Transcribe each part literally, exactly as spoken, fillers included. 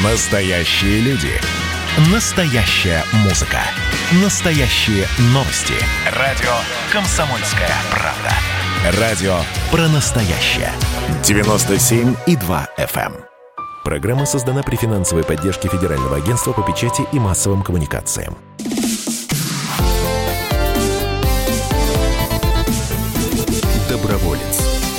Настоящие люди. Настоящая музыка. Настоящие новости. Радио «Комсомольская правда». Радио про настоящее. девяносто семь и два эф эм. Программа создана при финансовой поддержке Федерального агентства по печати и массовым коммуникациям. Доброволец.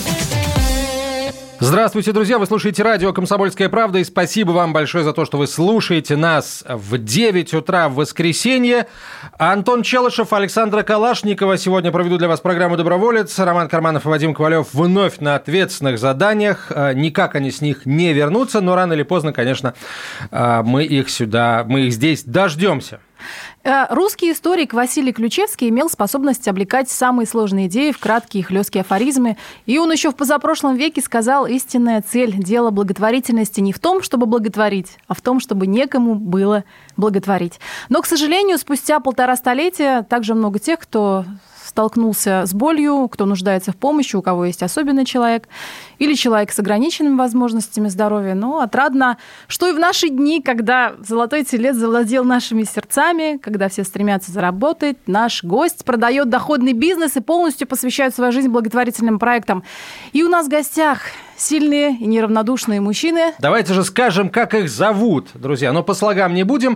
Здравствуйте, друзья! Вы слушаете радио «Комсомольская правда», и спасибо вам большое за то, что вы слушаете нас в девять утра в воскресенье. Антон Челышев, Александра Калашникова сегодня проведут для вас программу «Доброволец». Роман Карманов и Вадим Ковалев вновь на ответственных заданиях. Никак они с них не вернутся, но рано или поздно, конечно, мы их сюда, мы их здесь дождемся. Русский историк Василий Ключевский имел способность облекать самые сложные идеи в краткие и хлесткие афоризмы. И он еще в позапрошлом веке сказал: истинная цель дела благотворительности не в том, чтобы благотворить, а в том, чтобы некому было благотворить. Но, к сожалению, спустя полтора столетия также много тех, кто столкнулся с болью, кто нуждается в помощи, у кого есть особенный человек или человек с ограниченными возможностями здоровья. Но отрадно, что и в наши дни, когда золотой телец завладел нашими сердцами, когда все стремятся заработать, наш гость продает доходный бизнес и полностью посвящает свою жизнь благотворительным проектам. И у нас в гостях сильные и неравнодушные мужчины. Давайте же скажем, как их зовут, друзья. Но по слогам не будем,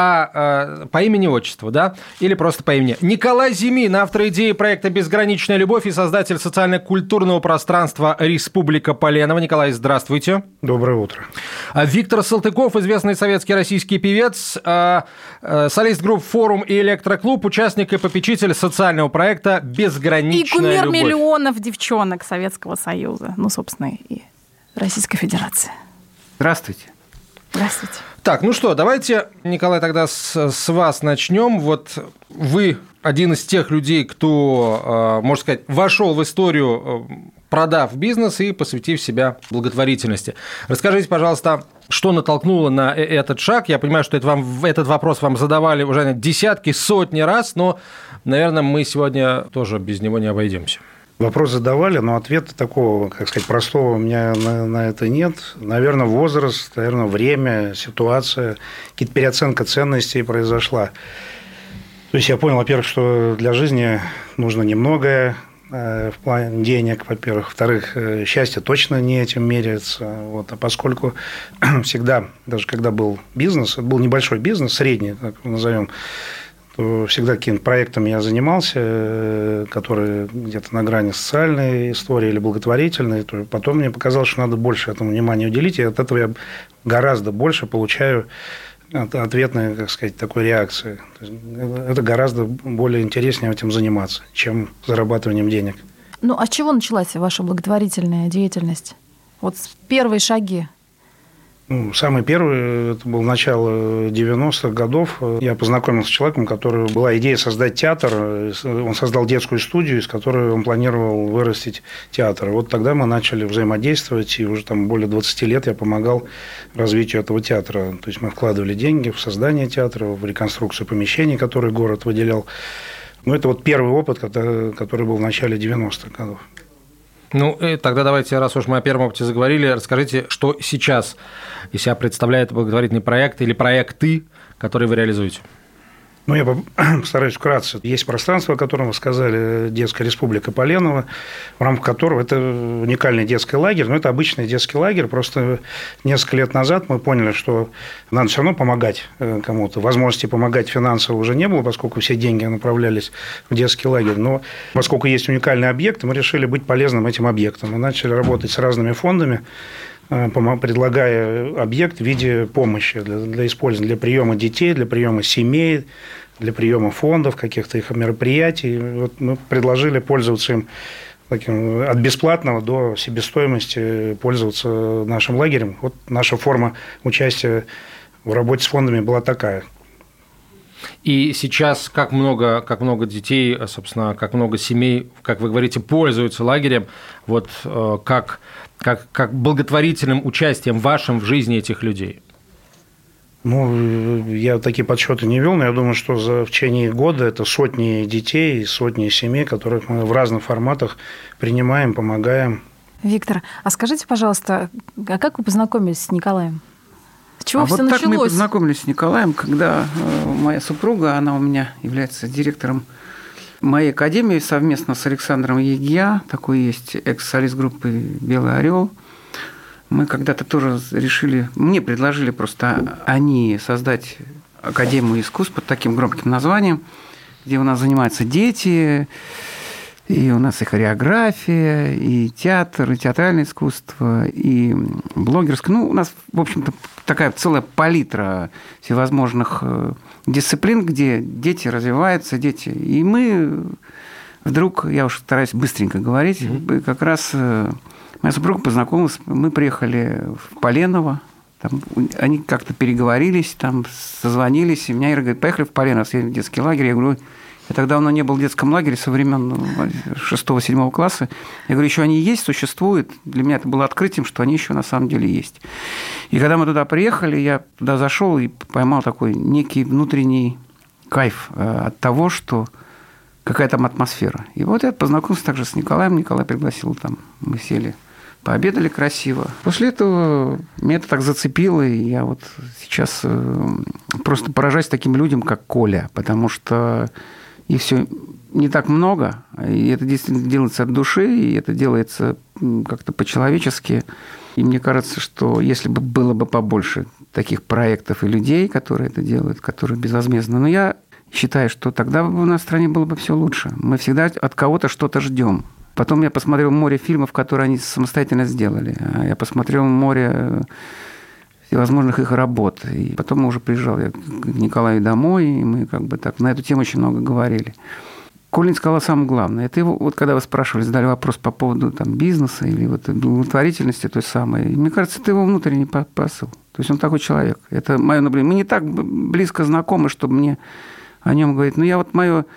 а э, по имени-отчеству, да? Или просто по имени. Николай Зимин, автор идеи проекта «Безграничная любовь» и создатель социально-культурного пространства «Республика Поленова». Николай, здравствуйте. Доброе утро. Виктор Салтыков, известный советский российский певец, э, э, солист групп «Форум» и «Электроклуб», участник и попечитель социального проекта «Безграничная любовь». И кумир миллионов девчонок Советского Союза. Ну, собственно, и Российской Федерации. Здравствуйте. Здравствуйте. Так, ну что, давайте, Николай, тогда с, с вас начнем. Вот вы один из тех людей, кто, можно сказать, вошел в историю, продав бизнес и посвятив себя благотворительности. Расскажите, пожалуйста, что натолкнуло на этот шаг? Я понимаю, что это вам, этот вопрос вам задавали уже десятки, сотни раз, но, наверное, мы сегодня тоже без него не обойдемся. Вопрос задавали, но ответа такого, как сказать, простого у меня на, на это нет. Наверное, возраст, наверное, время, ситуация, какие-то переоценка ценностей произошла. То есть я понял, во-первых, что для жизни нужно немногое э, в плане денег, во-первых. Во-вторых, э, счастье точно не этим меряется. Вот. А поскольку всегда, даже когда был бизнес, это был небольшой бизнес, средний, так назовем, то всегда какими-то проектами я занимался, которые где-то на грани социальной истории или благотворительной. То потом мне показалось, что надо больше этому внимания уделить, и от этого я гораздо больше получаю ответной, как сказать, такой реакции. То есть это гораздо более интереснее этим заниматься, чем зарабатыванием денег. Ну, а с чего началась ваша благотворительная деятельность? Вот первые шаги. Ну, самый первый, это был начало девяностых годов. Я познакомился с человеком, у которого была идея создать театр. Он создал детскую студию, из которой он планировал вырастить театр. Вот тогда мы начали взаимодействовать, и уже там более двадцати лет я помогал развитию этого театра. То есть мы вкладывали деньги в создание театра, в реконструкцию помещений, которые город выделял. Ну, это вот первый опыт, который был в начале девяностых годов. Ну, и тогда давайте, раз уж мы о первом опыте заговорили, расскажите, что сейчас из себя представляет благотворительный проект или проекты, которые вы реализуете. Ну, я постараюсь вкратце. Есть пространство, о котором вы сказали, детская республика Поленова, в рамках которого это уникальный детский лагерь, но это обычный детский лагерь. Просто несколько лет назад мы поняли, что надо все равно помогать кому-то. Возможности помогать финансово уже не было, поскольку все деньги направлялись в детский лагерь. Но поскольку есть уникальный объект, мы решили быть полезным этим объектом. Мы начали работать с разными фондами, предлагая объект в виде помощи для, для использования, для приема детей, для приема семей, для приема фондов, каких-то их мероприятий. Вот мы предложили пользоваться им таким, от бесплатного до себестоимости, пользоваться нашим лагерем. Вот наша форма участия в работе с фондами была такая. И сейчас как много, как много детей, собственно, как много семей, как вы говорите, пользуются лагерем, вот как, как, как благотворительным участием вашим в жизни этих людей? Ну, я такие подсчеты не вел, но я думаю, что за, в течение года это сотни детей, сотни семей, которых мы в разных форматах принимаем, помогаем. Виктор, а скажите, пожалуйста, а как вы познакомились с Николаем? С чего а все вот началось? Так мы познакомились с Николаем, когда моя супруга, она у меня является директором моей академии совместно с Александром Егья, такой есть экс-солист группы «Белый орел». Мы когда-то тоже решили, мне предложили просто они создать Академию искусств под таким громким названием, где у нас занимаются дети, и у нас и хореография, и театр, и театральное искусство, и блогерское. Ну, у нас, в общем-то, такая целая палитра всевозможных дисциплин, где дети развиваются, дети. И мы вдруг, я уж стараюсь быстренько говорить, mm-hmm. как раз моя супруга познакомилась, мы приехали в Поленово, там, они как-то переговорились, там, созвонились, и меня Ира говорит, поехали в Поленово, в детский лагерь. Я говорю, я тогда давно не был в детском лагере со времен шестого-седьмого класса. Я говорю, еще они есть, существуют. Для меня это было открытием, что они еще на самом деле есть. И когда мы туда приехали, я туда зашел и поймал такой некий внутренний кайф от того, что какая там атмосфера. И вот я познакомился также с Николаем. Николай пригласил там, мы сели, пообедали красиво. После этого меня это так зацепило, и я вот сейчас просто поражаюсь таким людям, как Коля, потому что их все не так много, и это действительно делается от души, и это делается как-то по-человечески. И мне кажется, что если бы было бы побольше таких проектов и людей, которые это делают, которые безвозмездно, но я считаю, что тогда бы у нас в стране было бы все лучше. Мы всегда от кого-то что-то ждем. Потом я посмотрел море фильмов, которые они самостоятельно сделали. Я посмотрел море всевозможных их работ. И потом уже приезжал я к Николаю домой, и мы как бы так на эту тему очень много говорили. Колин сказал самое главное. Это его, вот когда вы спрашивали, задали вопрос по поводу там, бизнеса или вот благотворительности той самой, мне кажется, это его внутренний посыл. То есть он такой человек. Это мое наблюдение. Мы не так близко знакомы, чтобы мне о нем говорить. Но я вот мое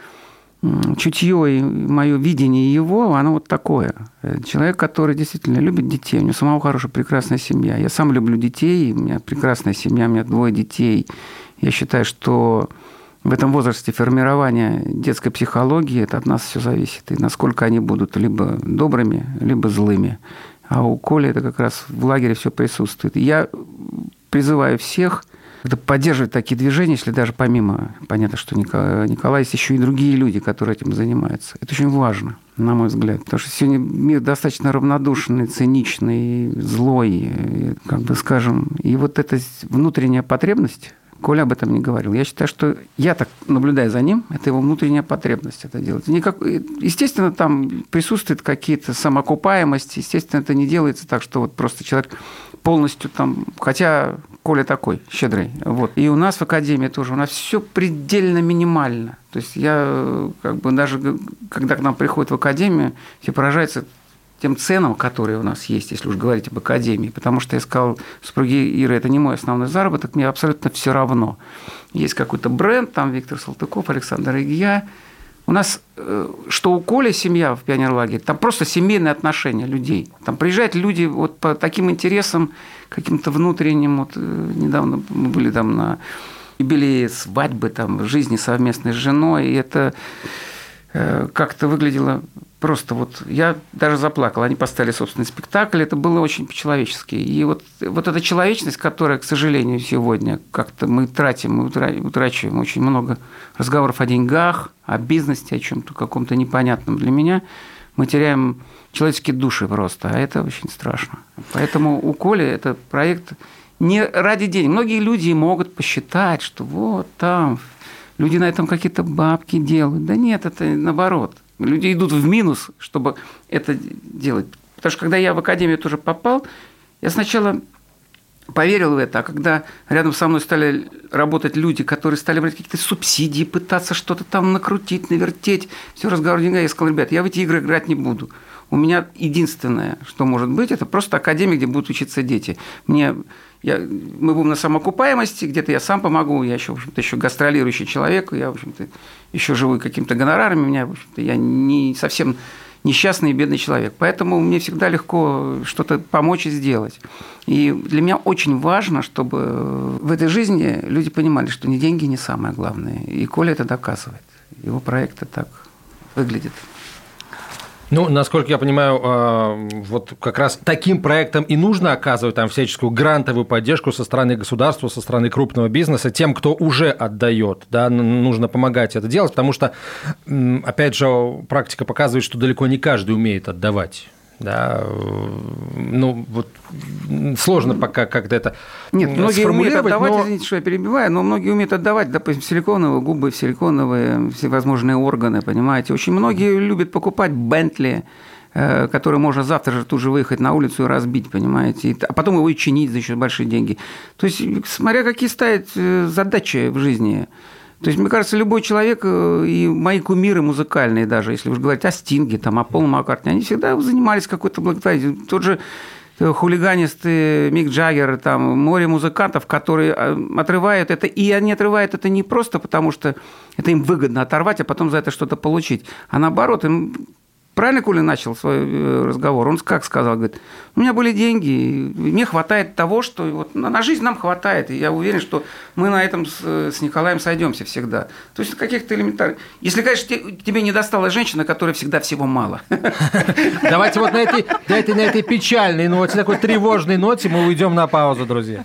чутье и мое видение его, оно вот такое. Человек, который действительно любит детей, у него самого хорошая, прекрасная семья. Я сам люблю детей, у меня прекрасная семья, у меня двое детей. Я считаю, что в этом возрасте формирования детской психологии, это от нас все зависит. И насколько они будут либо добрыми, либо злыми. А у Коли это как раз в лагере все присутствует. И я призываю всех поддерживать такие движения, если даже помимо, понятно, что Николай, есть еще и другие люди, которые этим занимаются. Это очень важно, на мой взгляд. Потому что сегодня мир достаточно равнодушный, циничный, злой, как бы скажем. И вот эта внутренняя потребность, Коля об этом не говорил. Я считаю, что я так наблюдаю за ним, это его внутренняя потребность это делать. Никак... Естественно, там присутствуют какие-то самоокупаемости, естественно, это не делается так, что вот просто человек полностью там... Хотя Коля такой, щедрый. Вот. И у нас в академии тоже, у нас все предельно минимально. То есть я как бы даже, когда к нам приходят в академию, все поражаются тем ценам, которые у нас есть, если уж говорить об академии. Потому что я сказал супруге Иры, это не мой основной заработок, мне абсолютно все равно. Есть какой-то бренд, там Виктор Салтыков, Александр Егья. У нас, что у Коли семья в пионерлагере, там просто семейные отношения людей. Там приезжают люди вот по таким интересам, каким-то внутренним. Вот недавно мы были там на юбилее свадьбы, там, жизни совместной с женой, и это как-то выглядело просто вот... Я даже заплакал. Они поставили собственный спектакль. Это было очень по-человечески. И вот, вот эта человечность, которая, к сожалению, сегодня как-то мы тратим, мы утрачиваем очень много разговоров о деньгах, о бизнесе, о чем-то каком-то непонятном для меня. Мы теряем человеческие души просто. А это очень страшно. Поэтому у Коли это проект не ради денег. Многие люди могут посчитать, что вот там люди на этом какие-то бабки делают. Да нет, это наоборот. Люди идут в минус, чтобы это делать. Потому что когда я в академию тоже попал, я сначала поверил в это, а когда рядом со мной стали работать люди, которые стали брать какие-то субсидии, пытаться что-то там накрутить, навертеть, все разговор деньгах, я сказал, ребят, я в эти игры играть не буду. У меня единственное, что может быть, это просто академия, где будут учиться дети. Мне... Я, мы будем на самоокупаемости, где-то я сам помогу, я еще, в общем-то, еще гастролирующий человек, я, в общем-то, еще живу какими-то гонорарами, у меня, в общем-то, я не совсем несчастный и бедный человек, поэтому мне всегда легко что-то помочь и сделать. И для меня очень важно, чтобы в этой жизни люди понимали, что ни деньги, не самое главное, и Коля это доказывает, его проекты так выглядят. Ну, насколько я понимаю, вот как раз таким проектам и нужно оказывать там всяческую грантовую поддержку со стороны государства, со стороны крупного бизнеса. Тем, кто уже отдает, да, нужно помогать это делать, потому что, опять же, практика показывает, что далеко не каждый умеет отдавать. Да, ну вот сложно пока как-то это Нет, многие умеют отдавать, но... извините, что я перебиваю, но многие умеют отдавать, допустим, силиконовые губы, силиконовые всевозможные органы, понимаете. Очень многие любят покупать Бентли, который можно завтра же тут же выехать на улицу и разбить, понимаете, а потом его и чинить за еще большие деньги. То есть, смотря какие ставят задачи в жизни. То есть, мне кажется, любой человек, и мои кумиры музыкальные даже, если уж говорить о Стинге, там, о Полу Маккартни, они всегда занимались какой-то благотворительностью. Тот же хулиганистый Мик Джаггер, там, море музыкантов, которые отрывают это, и они отрывают это не просто потому, что это им выгодно оторвать, а потом за это что-то получить, а наоборот, им... Правильно Коля начал свой разговор? Он как сказал? Говорит, у меня были деньги, мне хватает того, что... Вот, на жизнь нам хватает, и я уверен, что мы на этом с, с Николаем сойдемся всегда. То есть каких-то элементарных... Если, конечно, тебе не досталась женщина, которой всегда всего мало. Давайте вот на этой, на этой, на этой печальной ноте, такой тревожной ноте мы уйдем на паузу, друзья.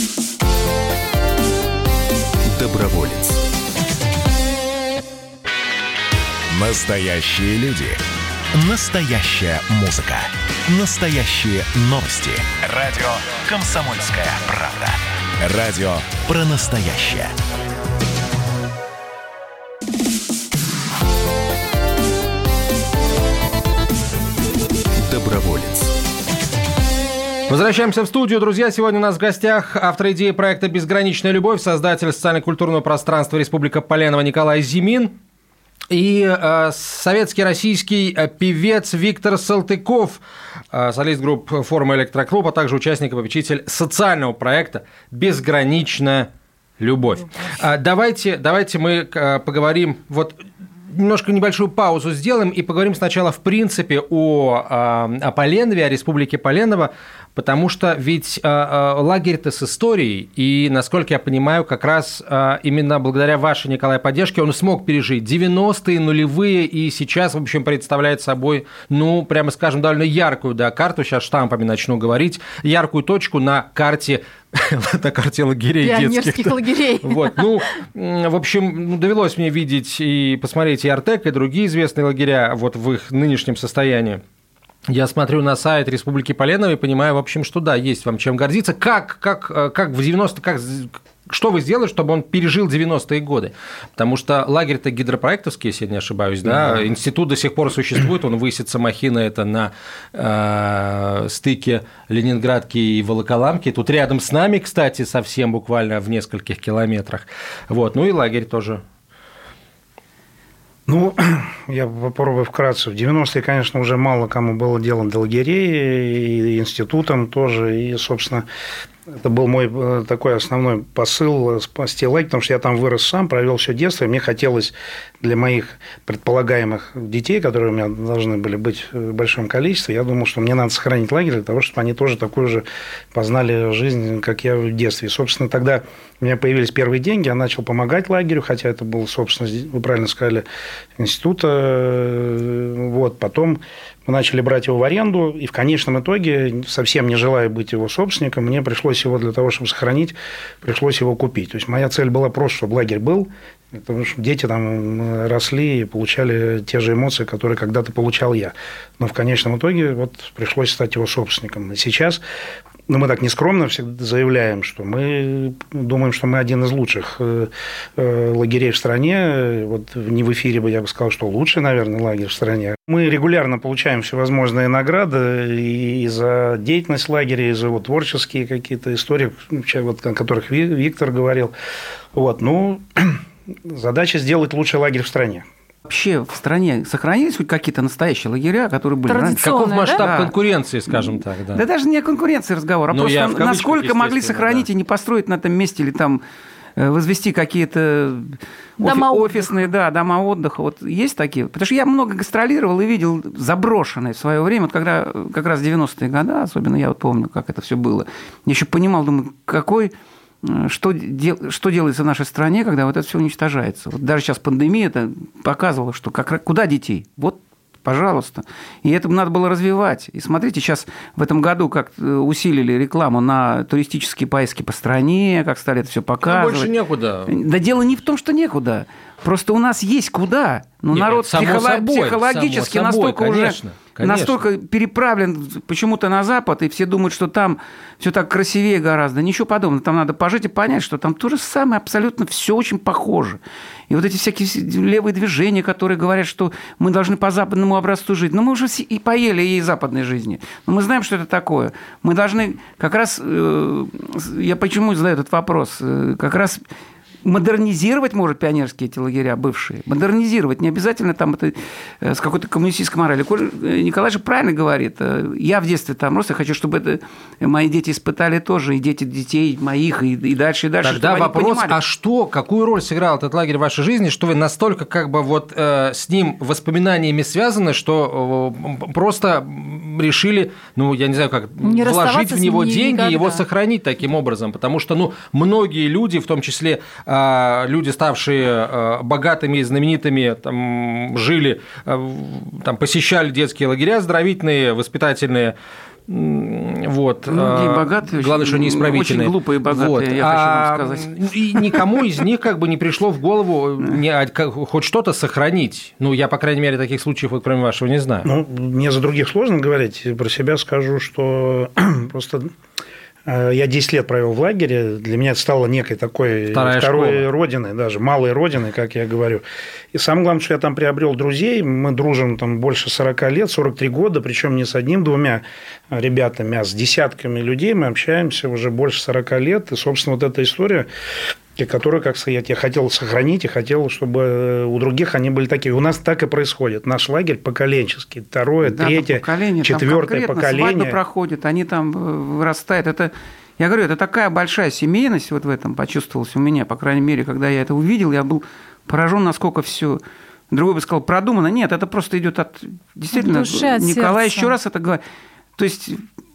Доброволец. Настоящие люди. Настоящая музыка. Настоящие новости. Радио «Комсомольская правда». Радио про настоящее. Доброволец. Возвращаемся в студию, друзья. Сегодня у нас в гостях автор идеи проекта «Безграничная любовь», создатель социально-культурного пространства «Республика Поленова» Николай Зимин. И э, советский российский э, певец Виктор Салтыков, э, солист группы «Форма Электроклуб», а также участник и попечитель социального проекта «Безграничная любовь». Э, давайте, давайте мы э, поговорим, вот немножко небольшую паузу сделаем и поговорим сначала в принципе о, э, о Поленове, о Республике Поленова, потому что ведь э, э, лагерь-то с историей, и, насколько я понимаю, как раз э, именно благодаря вашей, Николай, поддержке он смог пережить девяностые, нулевые, и сейчас, в общем, представляет собой, ну, прямо скажем, довольно яркую, да, карту, сейчас штампами начну говорить, яркую точку на карте на карте лагерей детских. Пионерских лагерей. Вот, ну, в общем, ну, довелось мне видеть и посмотреть и Артек, и другие известные лагеря вот в их нынешнем состоянии. Я смотрю на сайт Республики Поленова и понимаю, в общем, что да, есть вам чем гордиться. Как, как, как в девяностые, как, что вы сделали, чтобы он пережил девяностые годы? Потому что лагерь-то гидропроектовский, если я не ошибаюсь, да? Да. Институт до сих пор существует, он высится, махина это на э, стыке Ленинградки и Волоколамки. Тут рядом с нами, кстати, совсем буквально в нескольких километрах. Вот. Ну и лагерь тоже. Ну, я попробую вкратце. В девяностые, конечно, уже мало кому было дело до лагерей, и институтам тоже, и, собственно, это был мой такой основной посыл спасти лагерь, потому что я там вырос сам, провел все детство, и мне хотелось для моих предполагаемых детей, которые у меня должны были быть в большом количестве, я думал, что мне надо сохранить лагерь для того, чтобы они тоже такую же познали жизнь, как я в детстве. И, собственно, тогда у меня появились первые деньги, я начал помогать лагерю, хотя это был, собственно, вы правильно сказали, института. Вот, потом мы начали брать его в аренду, и в конечном итоге, совсем не желая быть его собственником, мне пришлось его для того, чтобы сохранить, пришлось его купить. То есть моя цель была просто, чтобы лагерь был, потому что дети там росли и получали те же эмоции, которые когда-то получал я. Но в конечном итоге вот пришлось стать его собственником. И сейчас, ну, мы так нескромно всегда заявляем, что мы думаем, что мы один из лучших лагерей в стране. Вот не в эфире бы я бы сказал, что лучший, наверное, лагерь в стране. Мы регулярно получаем всевозможные награды и за деятельность лагеря, и за вот творческие какие-то истории, вот, о которых Виктор говорил. Вот, ну, задача сделать лучший лагерь в стране. Вообще в стране сохранились хоть какие-то настоящие лагеря, которые были раньше? Каков масштаб да? конкуренции, скажем так? Да, да даже не о конкуренции разговор, а ну, просто насколько могли сохранить да. и не построить на этом месте или там возвести какие-то дома офи- офисные да, дома отдыха. Вот есть такие? Потому что я много гастролировал и видел заброшенные в свое время, вот когда как раз девяностые годы, особенно я вот помню, как это все было. Я еще понимал, думаю, какой... Что, дел, что делается в нашей стране, когда вот это все уничтожается? Вот даже сейчас пандемия это показывала, что как, куда детей? Вот пожалуйста. И это надо было развивать. И смотрите, сейчас в этом году как усилили рекламу на туристические поездки по стране, как стали это все показывать. Больше некуда. Да дело не в том, что некуда. Просто у нас есть куда. Но Нет, народ психолог... собой, психологически само собой, настолько конечно, уже конечно. настолько переправлен почему-то на Запад, и все думают, что там все так красивее гораздо. Ничего подобного. Там надо пожить и понять, что там то же самое, абсолютно все очень похоже. И вот эти всякие левые движения, которые говорят, что мы должны по западному образцу жить. Но мы уже и поели и западной жизни. Но мы знаем, что это такое. Мы должны как раз... Я почему задаю этот вопрос? Как раз... Модернизировать, может, пионерские эти лагеря бывшие. Модернизировать. Не обязательно там это с какой-то коммунистической моралью. Коля Николаевич же правильно говорит. Я в детстве там рос, я хочу, чтобы это мои дети испытали тоже, и дети детей моих, и, и дальше, и дальше. Тогда вопрос, а что, какую роль сыграл этот лагерь в вашей жизни, что вы настолько как бы вот э, с ним воспоминаниями связаны, что э, просто решили, ну, я не знаю, как, не вложить в него деньги никогда. и его сохранить таким образом. Потому что, ну, многие люди, в том числе люди, ставшие богатыми и знаменитыми, там, жили, там, посещали детские лагеря оздоровительные, воспитательные. Вот. Многие богатые, главное, что неисправительные. Очень глупые богатые, вот. я а, хочу вам сказать. И никому из них как бы не пришло в голову не, хоть что-то сохранить. Ну, я, по крайней мере, таких случаев, вот, кроме вашего, не знаю. Ну, мне за других сложно говорить. Про себя скажу, что просто... Я десять лет провел в лагере, для меня это стало некой такой Вторая второй школа. родиной, даже малой родиной, как я говорю. И самое главное, что я там приобрел друзей, мы дружим там больше сорока лет, сорок три года, причем не с одним-двумя ребятами, а с десятками людей мы общаемся уже больше сорока лет, и, собственно, вот эта история, которую, как сказать, я хотел сохранить и хотел, чтобы у других они были такие. У нас так и происходит. Наш лагерь поколенческий. Второе, да, третье, поколение, четвертое поколение. Свадьбы проходят, они там вырастают. Это, я говорю, это такая большая семейность вот в этом почувствовалась у меня, по крайней мере, когда я это увидел, я был поражен, насколько все... Другой бы сказал, продумано. Нет, это просто идет от... Действительно, души, от Николай сердца. Еще раз это говорит. То есть...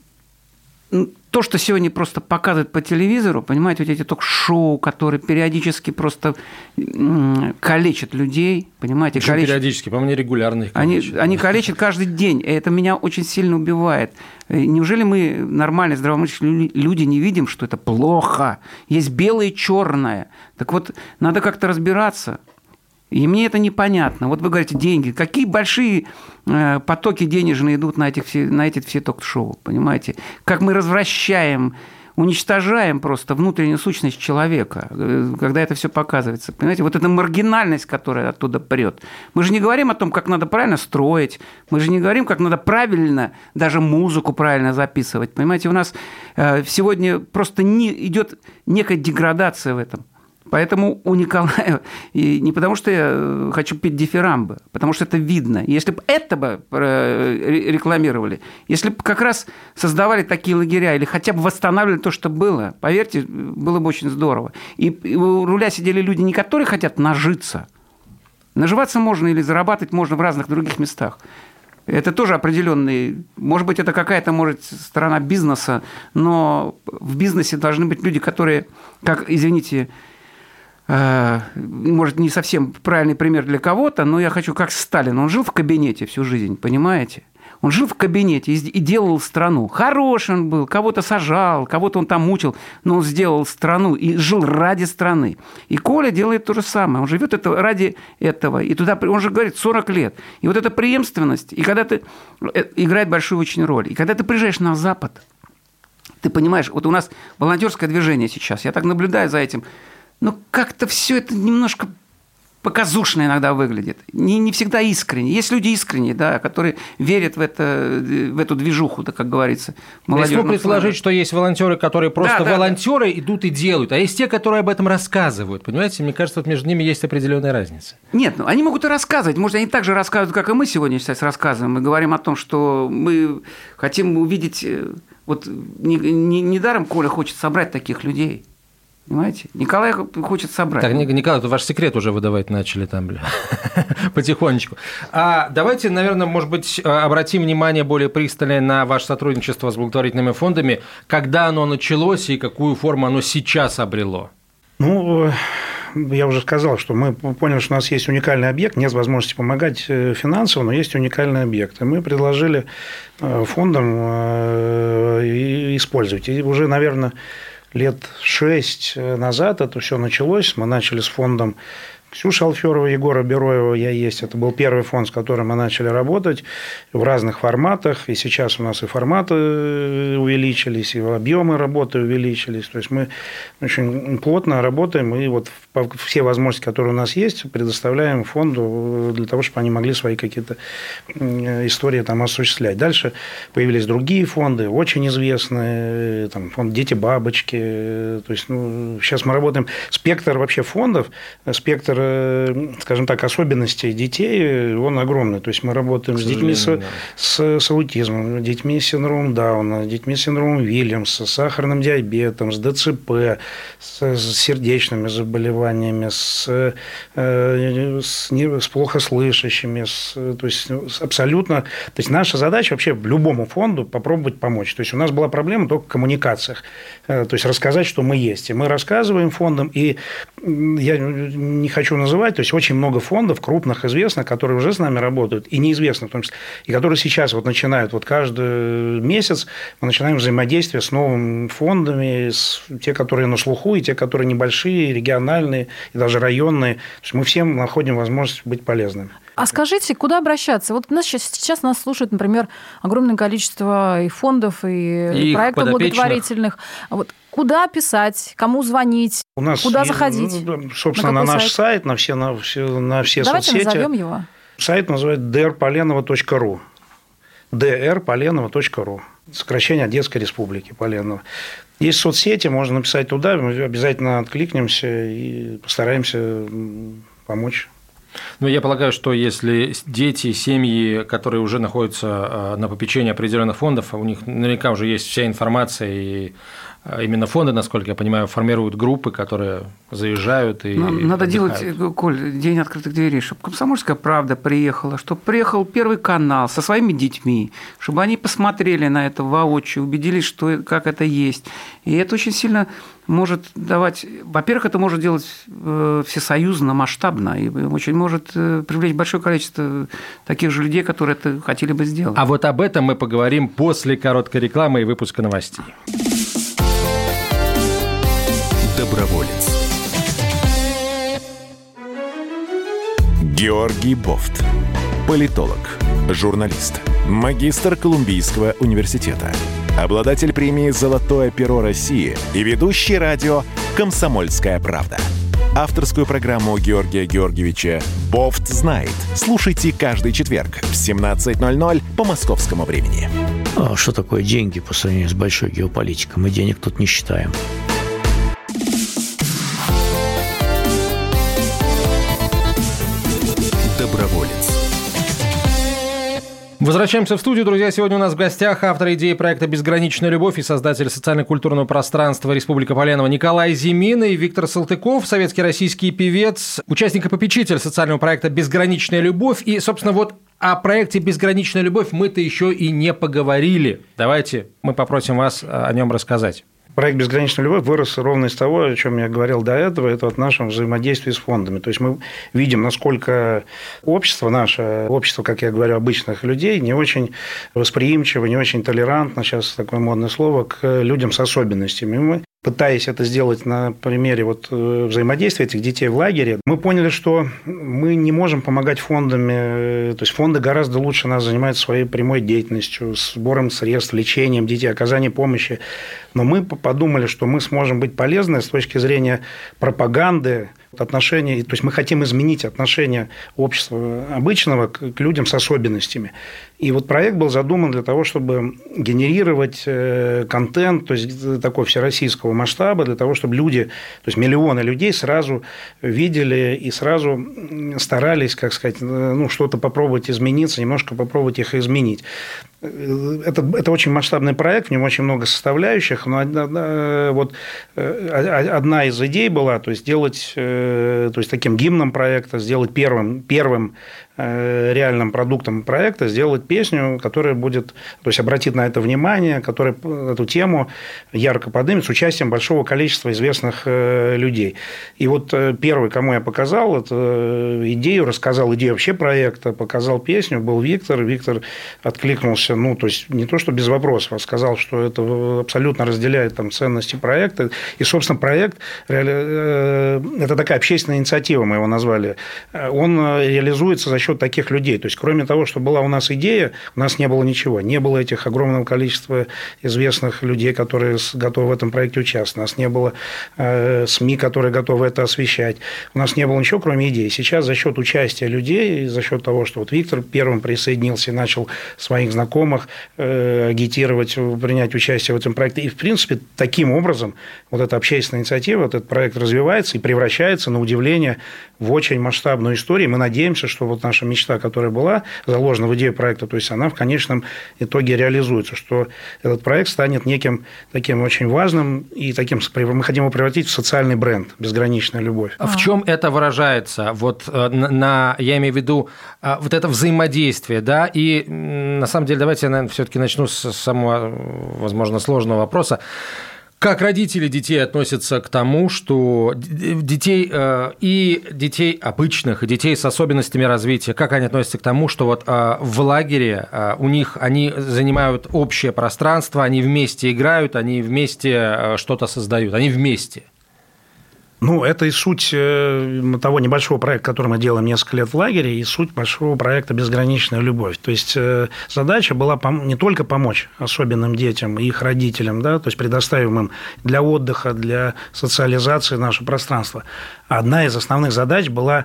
То, что сегодня просто показывают по телевизору, понимаете, вот эти ток-шоу, которые периодически просто калечат людей, понимаете, калечат... калечат... периодически, по-моему, регулярно их калечат. Они, они калечат каждый день, и это меня очень сильно убивает. Неужели мы, нормальные, здравомыслящие люди, не видим, что это плохо? Есть белое и черное. Так вот, надо как-то разбираться. И мне это непонятно. Вот вы говорите, деньги. Какие большие потоки денежные идут на, этих все, на эти все ток-шоу, понимаете? Как мы развращаем, уничтожаем просто внутреннюю сущность человека, когда это все показывается. Понимаете, вот эта маргинальность, которая оттуда прет. Мы же не говорим о том, как надо правильно строить, мы же не говорим, как надо правильно, даже музыку правильно записывать. Понимаете, у нас сегодня просто не, идет некая деградация в этом. Поэтому у Николая, и не потому что я хочу петь дифирамбы, потому что это видно. Если бы это бы рекламировали, если бы как раз создавали такие лагеря или хотя бы восстанавливали то, что было, поверьте, было бы очень здорово. И у руля сидели люди, не которые хотят нажиться. Наживаться можно или зарабатывать можно в разных других местах. Это тоже определенный, может быть, это какая-то, может, сторона бизнеса, но в бизнесе должны быть люди, которые, как, извините, может, не совсем правильный пример для кого-то, но я хочу, как Сталин, он жил в кабинете всю жизнь, понимаете? Он жил в кабинете и делал страну. Хороший он был, кого-то сажал, кого-то он там мучил, но он сделал страну и жил ради страны. И Коля делает то же самое. Он живет это ради этого. И туда, он же говорит, сорок лет. И вот эта преемственность, и когда ты играет большую очень роль. И когда ты приезжаешь на Запад, ты понимаешь, вот у нас волонтерское движение сейчас, я так наблюдаю за этим, но как-то все это немножко показушно иногда выглядит. Не, не всегда искренне. Есть люди искренние, да, которые верят в, это, в эту движуху, да, как говорится. Если предположить, что есть волонтеры, которые просто да, волонтеры да, да. идут и делают, а есть те, которые об этом рассказывают. Понимаете, мне кажется, вот между ними есть определенная разница. Нет, ну, они могут и рассказывать. Может, они так же рассказывают, как и мы сегодня сейчас рассказываем. Мы говорим о том, что мы хотим увидеть... Вот недаром Коля хочет собрать таких людей. Понимаете? Николай хочет собрать. Так, Николай, это ваш секрет уже выдавать начали там, бля, потихонечку. А давайте, наверное, может быть, обратим внимание более пристальное на ваше сотрудничество с благотворительными фондами. Когда оно началось и какую форму оно сейчас обрело? Ну, я уже сказал, что мы поняли, что у нас есть уникальный объект, нет возможности помогать финансово, но есть уникальный объект. И мы предложили фондам использовать. И уже, наверное, лет шесть назад это все началось. Мы начали с фондом Ксюши Алферовой, Егора Бероева «Я есть». Это был первый фонд, с которым мы начали работать в разных форматах. И сейчас у нас и форматы увеличились, и объемы работы увеличились. То есть мы очень плотно работаем, и вот все возможности, которые у нас есть, предоставляем фонду для того, чтобы они могли свои какие-то истории там осуществлять. Дальше появились другие фонды, очень известные, там, фонд «Дети-бабочки». То есть, ну, сейчас мы работаем. Спектр вообще фондов, спектр, скажем так, особенностей детей, он огромный. То есть мы работаем с детьми с, да. с, с аутизмом, детьми с синдромом Дауна, детьми с синдромом Вильямса, с сахарным диабетом, с ДЦП, с, с сердечными заболеваниями, с, с, с плохо слышащими, с, то есть абсолютно. То есть наша задача вообще любому фонду попробовать помочь. То есть у нас была проблема только в коммуникациях, то есть рассказать, что мы есть. И мы рассказываем фондам, и я не хочу называть, то есть очень много фондов крупных, известных, которые уже с нами работают, и неизвестных в том числе, и которые сейчас вот начинают, вот каждый месяц мы начинаем взаимодействие с новыми фондами, с те, которые на слуху, и те, которые небольшие, региональные, и даже районные. То есть мы всем находим возможность быть полезными. А скажите, куда обращаться? Вот нас сейчас, сейчас нас слушает, например, огромное количество и фондов, и, и проектов благотворительных. Вот куда писать, кому звонить, у нас куда заходить? Ну, собственно, на, на наш сайт? сайт, на все, на все, на все Давайте соцсети. Давайте назовем его. Сайт называется ди эр поленова точка ру. ди эр поленова точка ру. Сокращение от Детской Республики Поленова. Есть соцсети, можно написать туда, мы обязательно откликнемся и постараемся помочь. Ну, я полагаю, что если дети, семьи, которые уже находятся на попечении определенных фондов, у них наверняка уже есть вся информация, и именно фонды, насколько я понимаю, формируют группы, которые заезжают и Надо отдыхают. делать, Коль, день открытых дверей, чтобы «Комсомольская правда» приехала, чтобы приехал Первый канал со своими детьми, чтобы они посмотрели на это воочию, убедились, что, как это есть. И это очень сильно может давать... Во-первых, это может делать всесоюзно, масштабно, и очень может привлечь большое количество таких же людей, которые это хотели бы сделать. А вот об этом мы поговорим после короткой рекламы и выпуска новостей. Доброволец. Георгий Бофт. Политолог, журналист, магистр Колумбийского университета, обладатель премии «Золотое перо России» и ведущий радио «Комсомольская правда». Авторскую программу Георгия Георгиевича «Бофт знает». Слушайте каждый четверг в семнадцать ноль ноль по московскому времени. А что такое деньги по сравнению с большой геополитикой? Мы денег тут не считаем. Доброволец. Возвращаемся в студию, друзья. Сегодня у нас в гостях автор идеи проекта «Безграничная любовь» и создатель социально-культурного пространства «Республика Поленова» Николай Зимин и Виктор Салтыков, советский российский певец, участник и попечитель социального проекта «Безграничная любовь». И, собственно, вот о проекте «Безграничная любовь» мы-то еще и не поговорили. Давайте мы попросим вас о нем рассказать. Проект «Безграничная любовь» вырос ровно из того, о чем я говорил до этого, это вот нашем взаимодействии с фондами. То есть мы видим, насколько общество наше, общество, как я говорю, обычных людей, не очень восприимчиво, не очень толерантно, сейчас такое модное слово, к людям с особенностями. И мы, пытаясь это сделать на примере вот взаимодействия этих детей в лагере, мы поняли, что мы не можем помогать фондами. То есть фонды гораздо лучше нас занимаются своей прямой деятельностью, сбором средств, лечением детей, оказанием помощи. Но мы подумали, что мы сможем быть полезны с точки зрения пропаганды, отношений, то есть мы хотим изменить отношение общества обычного к людям с особенностями. И вот проект был задуман для того, чтобы генерировать контент, то есть такой всероссийского масштаба, для того, чтобы люди, то есть миллионы людей сразу видели и сразу старались, как сказать, ну, что-то попробовать измениться, немножко попробовать их изменить. Это, это очень масштабный проект, в нем очень много составляющих, но одна, вот, одна из идей была, то есть сделать, то есть таким гимном проекта, сделать первым, первым реальным продуктом проекта сделать песню, которая будет, то есть обратит на это внимание, которая эту тему ярко поднимет с участием большого количества известных людей. И вот первый, кому я показал эту идею, рассказал идею вообще проекта, показал песню, был Виктор. Виктор откликнулся, ну, то есть не то, что без вопросов, а сказал, что это абсолютно разделяет там ценности проекта. И, собственно, проект, это такая общественная инициатива, мы его назвали, он реализуется за счет таких людей. То есть, кроме того, что была у нас идея, у нас не было ничего. Не было этих огромного количества известных людей, которые готовы в этом проекте участвовать. У нас не было СМИ, которые готовы это освещать. У нас не было ничего, кроме идеи. Сейчас за счет участия людей, за счет того, что вот Виктор первым присоединился и начал своих знакомых агитировать, принять участие в этом проекте. И, в принципе, таким образом вот эта общественная инициатива, вот этот проект развивается и превращается, на удивление, в очень масштабную историю. Мы надеемся, что вот наша мечта, которая была заложена в идею проекта, то есть она в конечном итоге реализуется, что этот проект станет неким таким очень важным и таким, мы хотим его превратить в социальный бренд «Безграничная любовь». В чем это выражается? Вот на, я имею в виду вот это взаимодействие, да, и на самом деле давайте я, наверное, все-таки начну с самого, возможно, сложного вопроса. Как родители детей относятся к тому, что детей и детей обычных, и детей с особенностями развития, как они относятся к тому, что вот в лагере у них они занимают общее пространство, они вместе играют, они вместе что-то создают, они вместе? Ну, это и суть того небольшого проекта, который мы делаем несколько лет в лагере, и суть большого проекта «Безграничная любовь». То есть задача была не только помочь особенным детям и их родителям, да, то есть предоставим им для отдыха, для социализации наше пространство. Одна из основных задач была,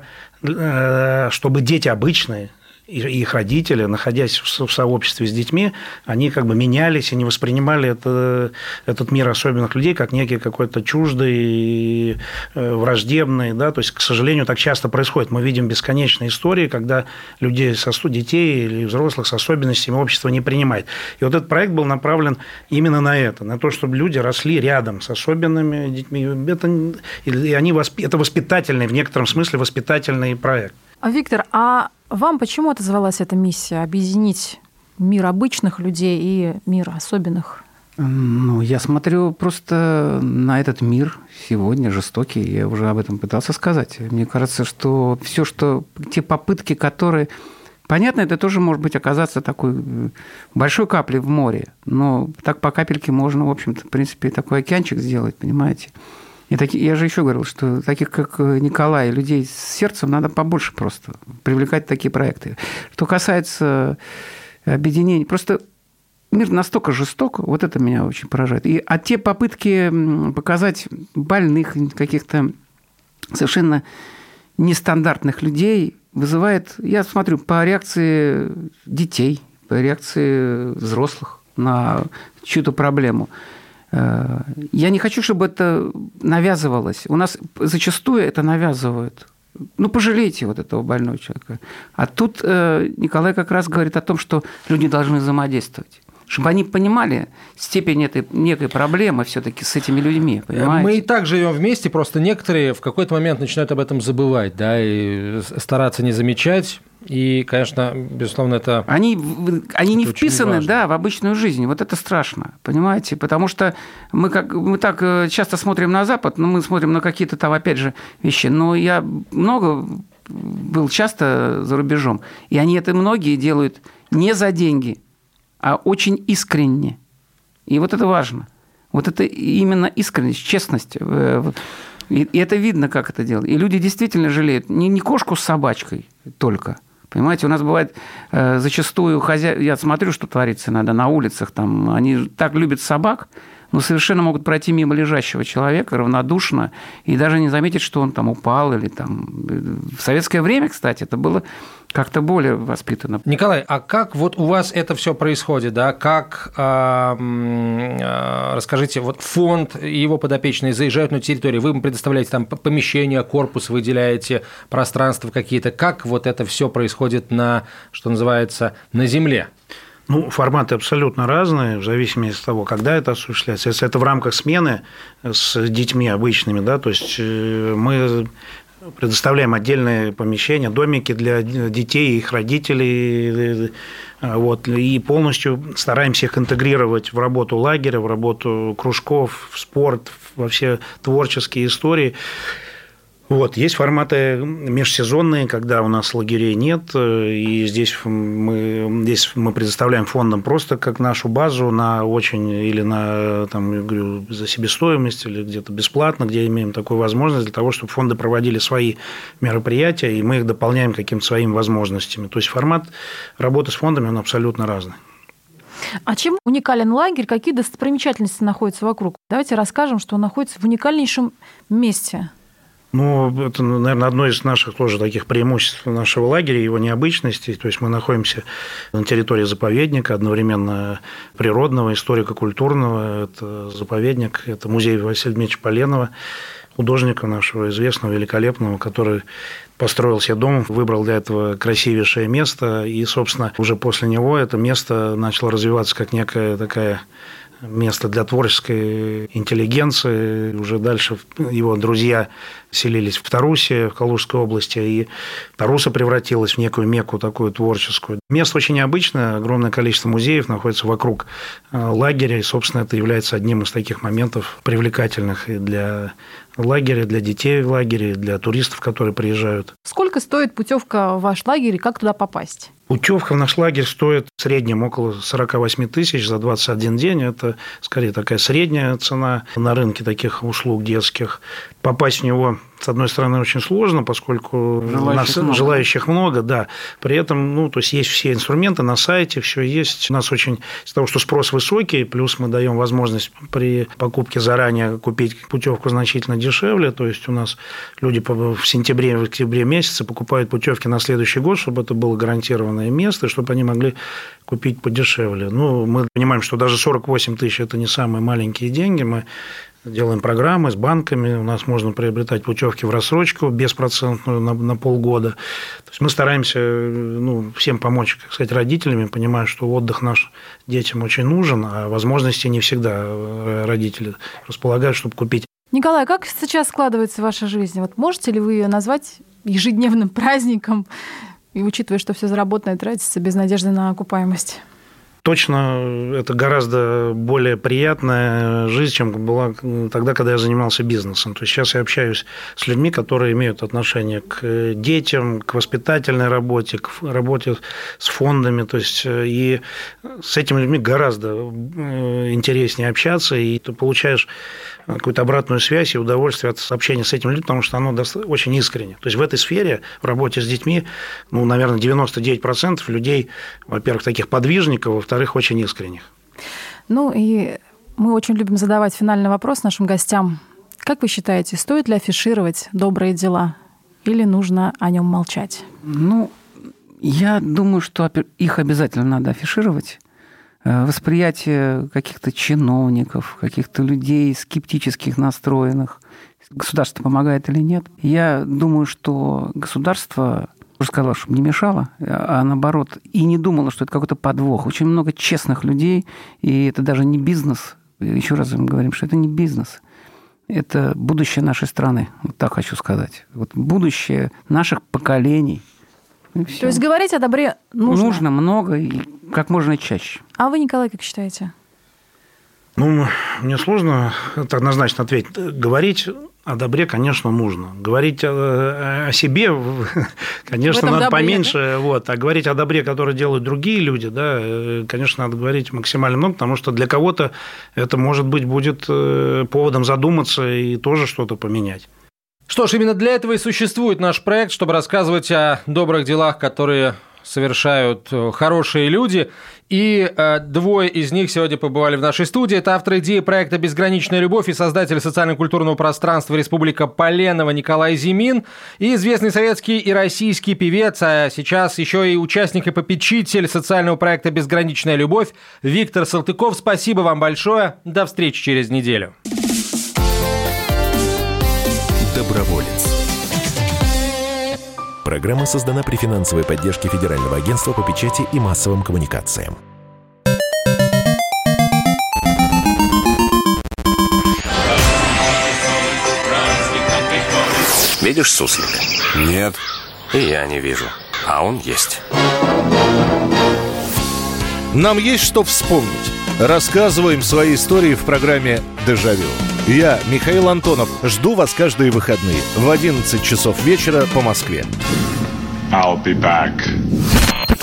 чтобы дети обычные, и их родители, находясь в сообществе с детьми, они как бы менялись и не воспринимали это, этот мир особенных людей как некий какой-то чуждый и враждебный. Да? То есть, к сожалению, так часто происходит. Мы видим бесконечные истории, когда людей, со, детей или взрослых с особенностями общество не принимает. И вот этот проект был направлен именно на это, на то, чтобы люди росли рядом с особенными детьми. Это, и они, это воспитательный, в некотором смысле воспитательный проект. Виктор, а вам почему отозвалась эта миссия объединить мир обычных людей и мир особенных? Ну, я смотрю просто на этот мир сегодня жестокий. Я уже об этом пытался сказать. Мне кажется, что все, что те попытки, которые... Понятно, это тоже может быть оказаться такой большой каплей в море, но так по капельке можно, в общем-то, в принципе, такой океанчик сделать, понимаете? И таки, я же еще говорил, что таких, как Николай, людей с сердцем надо побольше просто привлекать в такие проекты. Что касается объединений, просто мир настолько жесток, вот это меня очень поражает. И, а те попытки показать больных, каких-то совершенно нестандартных людей вызывает, я смотрю, по реакции детей, по реакции взрослых на чью-то проблему. Я не хочу, чтобы это навязывалось. У нас зачастую это навязывают. Ну, пожалейте вот этого больного человека. А тут Николай как раз говорит о том, что люди должны взаимодействовать. Чтобы они понимали степень этой некой проблемы все-таки с этими людьми, понимаете? Мы и так живем вместе, просто некоторые в какой-то момент начинают об этом забывать, да, и стараться не замечать. И, конечно, безусловно, это... Они, они это не вписаны, да, в обычную жизнь. Вот это страшно, понимаете? Потому что мы, как, мы так часто смотрим на Запад, но мы смотрим на какие-то там, опять же, вещи. Но я много был часто за рубежом, и они это многие делают не за деньги, а очень искренне. И вот это важно. Вот это именно искренность, честность. И это видно, как это делать. И люди действительно жалеют не, не кошку с собачкой только. Понимаете, у нас бывает э, зачастую хозяин... Я смотрю, что творится иногда на улицах. Там, они так любят собак, но совершенно могут пройти мимо лежащего человека равнодушно и даже не заметить, что он там упал. Или там... В советское время, кстати, это было как-то более воспитанно. Николай, а как вот у вас это все происходит, да? Как, э, э, расскажите, вот фонд и его подопечные заезжают на территорию, вы им предоставляете там помещения, корпус, выделяете пространства какие-то. Как вот это все происходит на, что называется, на земле? Ну, форматы абсолютно разные, в зависимости от того, когда это осуществляется. Если это в рамках смены с детьми обычными, да, то есть мы предоставляем отдельные помещения, домики для детей и их родителей, вот, и полностью стараемся их интегрировать в работу лагеря, в работу кружков, в спорт, во все творческие истории. Вот, есть форматы межсезонные, когда у нас лагерей нет, и здесь мы, здесь мы предоставляем фондам просто как нашу базу на очень, или на, там, я говорю, за себестоимость, или где-то бесплатно, где имеем такую возможность для того, чтобы фонды проводили свои мероприятия, и мы их дополняем какими-то своими возможностями. То есть формат работы с фондами, он абсолютно разный. А чем уникален лагерь? Какие достопримечательности находятся вокруг? Давайте расскажем, что он находится в уникальнейшем месте. Ну, это, наверное, одно из наших тоже таких преимуществ нашего лагеря, его необычности. То есть мы находимся на территории заповедника, одновременно природного, историко-культурного. Это заповедник, это музей Василия Дмитриевича Поленова, художника нашего известного, великолепного, который построил себе дом, выбрал для этого красивейшее место. И, собственно, уже после него это место начало развиваться как некая такая... место для творческой интеллигенции. Уже дальше его друзья селились в Тарусе, в Калужской области, и Таруса превратилась в некую мекку такую творческую. Место очень необычное, огромное количество музеев находится вокруг лагеря, и, собственно, это является одним из таких моментов привлекательных и для лагеря, для детей в лагере, для туристов, которые приезжают. Сколько стоит путевка в ваш лагерь и как туда попасть? Путевка в наш лагерь стоит в среднем около сорок восемь тысяч за двадцать один день. Это, скорее, такая средняя цена на рынке таких услуг детских. Попасть в него, с одной стороны, очень сложно, поскольку желающих, нас, много. желающих много, да. При этом, ну, то есть есть все инструменты на сайте, все есть. У нас очень, из-за того, что спрос высокий, плюс мы даем возможность при покупке заранее купить путевку значительно дешевле. То есть у нас люди в сентябре, в октябре месяце покупают путевки на следующий год, чтобы это было гарантированное место, чтобы они могли купить подешевле. Ну, мы понимаем, что даже сорок восемь тысяч – это не самые маленькие деньги. Мы делаем программы с банками, у нас можно приобретать путевки в рассрочку беспроцентную на, на полгода. То есть мы стараемся, ну, всем помочь, как сказать, родителям, понимая, что отдых наш детям очень нужен, а возможности не всегда родители располагают, чтобы купить. Николай, как сейчас складывается ваша жизнь? Вот можете ли вы ее назвать ежедневным праздником, и учитывая, что все заработанное тратится без надежды на окупаемость? Точно, это гораздо более приятная жизнь, чем была тогда, когда я занимался бизнесом. То есть сейчас я общаюсь с людьми, которые имеют отношение к детям, к воспитательной работе, к работе с фондами. То есть и с этими людьми гораздо интереснее общаться, и ты получаешь какую-то обратную связь и удовольствие от общения с этими людьми, потому что оно очень искренне. То есть в этой сфере, в работе с детьми, ну, наверное, девяносто девять процентов людей, во-первых, таких подвижников, во-вторых, очень искренних. Ну и мы очень любим задавать финальный вопрос нашим гостям. Как вы считаете, стоит ли афишировать добрые дела или нужно о нем молчать? Ну, я думаю, что их обязательно надо афишировать. Восприятие каких-то чиновников, каких-то людей скептических настроенных, государство помогает или нет. Я думаю, что государство уже сказала, чтобы не мешало, а наоборот, и не думала, что это какой-то подвох. Очень много честных людей, и это даже не бизнес. Еще раз мы говорим, что это не бизнес. Это будущее нашей страны, вот так хочу сказать. Вот будущее наших поколений. То есть говорить о добре нужно? Нужно много и как можно чаще. А вы, Николай, как считаете? Ну, мне сложно это однозначно ответить. Говорить о добре, конечно, нужно. Говорить о, о себе, конечно, надо добре, поменьше. Да? Вот. А говорить о добре, которое делают другие люди, да, конечно, надо говорить максимально много, потому что для кого-то это, может быть, будет поводом задуматься и тоже что-то поменять. Что ж, именно для этого и существует наш проект, чтобы рассказывать о добрых делах, которые совершают хорошие люди. И э, двое из них сегодня побывали в нашей студии. Это автор идеи проекта «Безграничная любовь» и создатель социально-культурного пространства «Республика Поленова» Николай Зимин, и известный советский и российский певец, а сейчас еще и участник и попечитель социального проекта «Безграничная любовь» Виктор Салтыков. Спасибо вам большое. До встречи через неделю. Доброволец. Программа создана при финансовой поддержке Федерального агентства по печати и массовым коммуникациям. Видишь суслика? Нет. И я не вижу. А он есть. Нам есть что вспомнить. Рассказываем свои истории в программе «Дежавю». Я, Михаил Антонов, жду вас каждые выходные в одиннадцать часов вечера по Москве. I'll be back.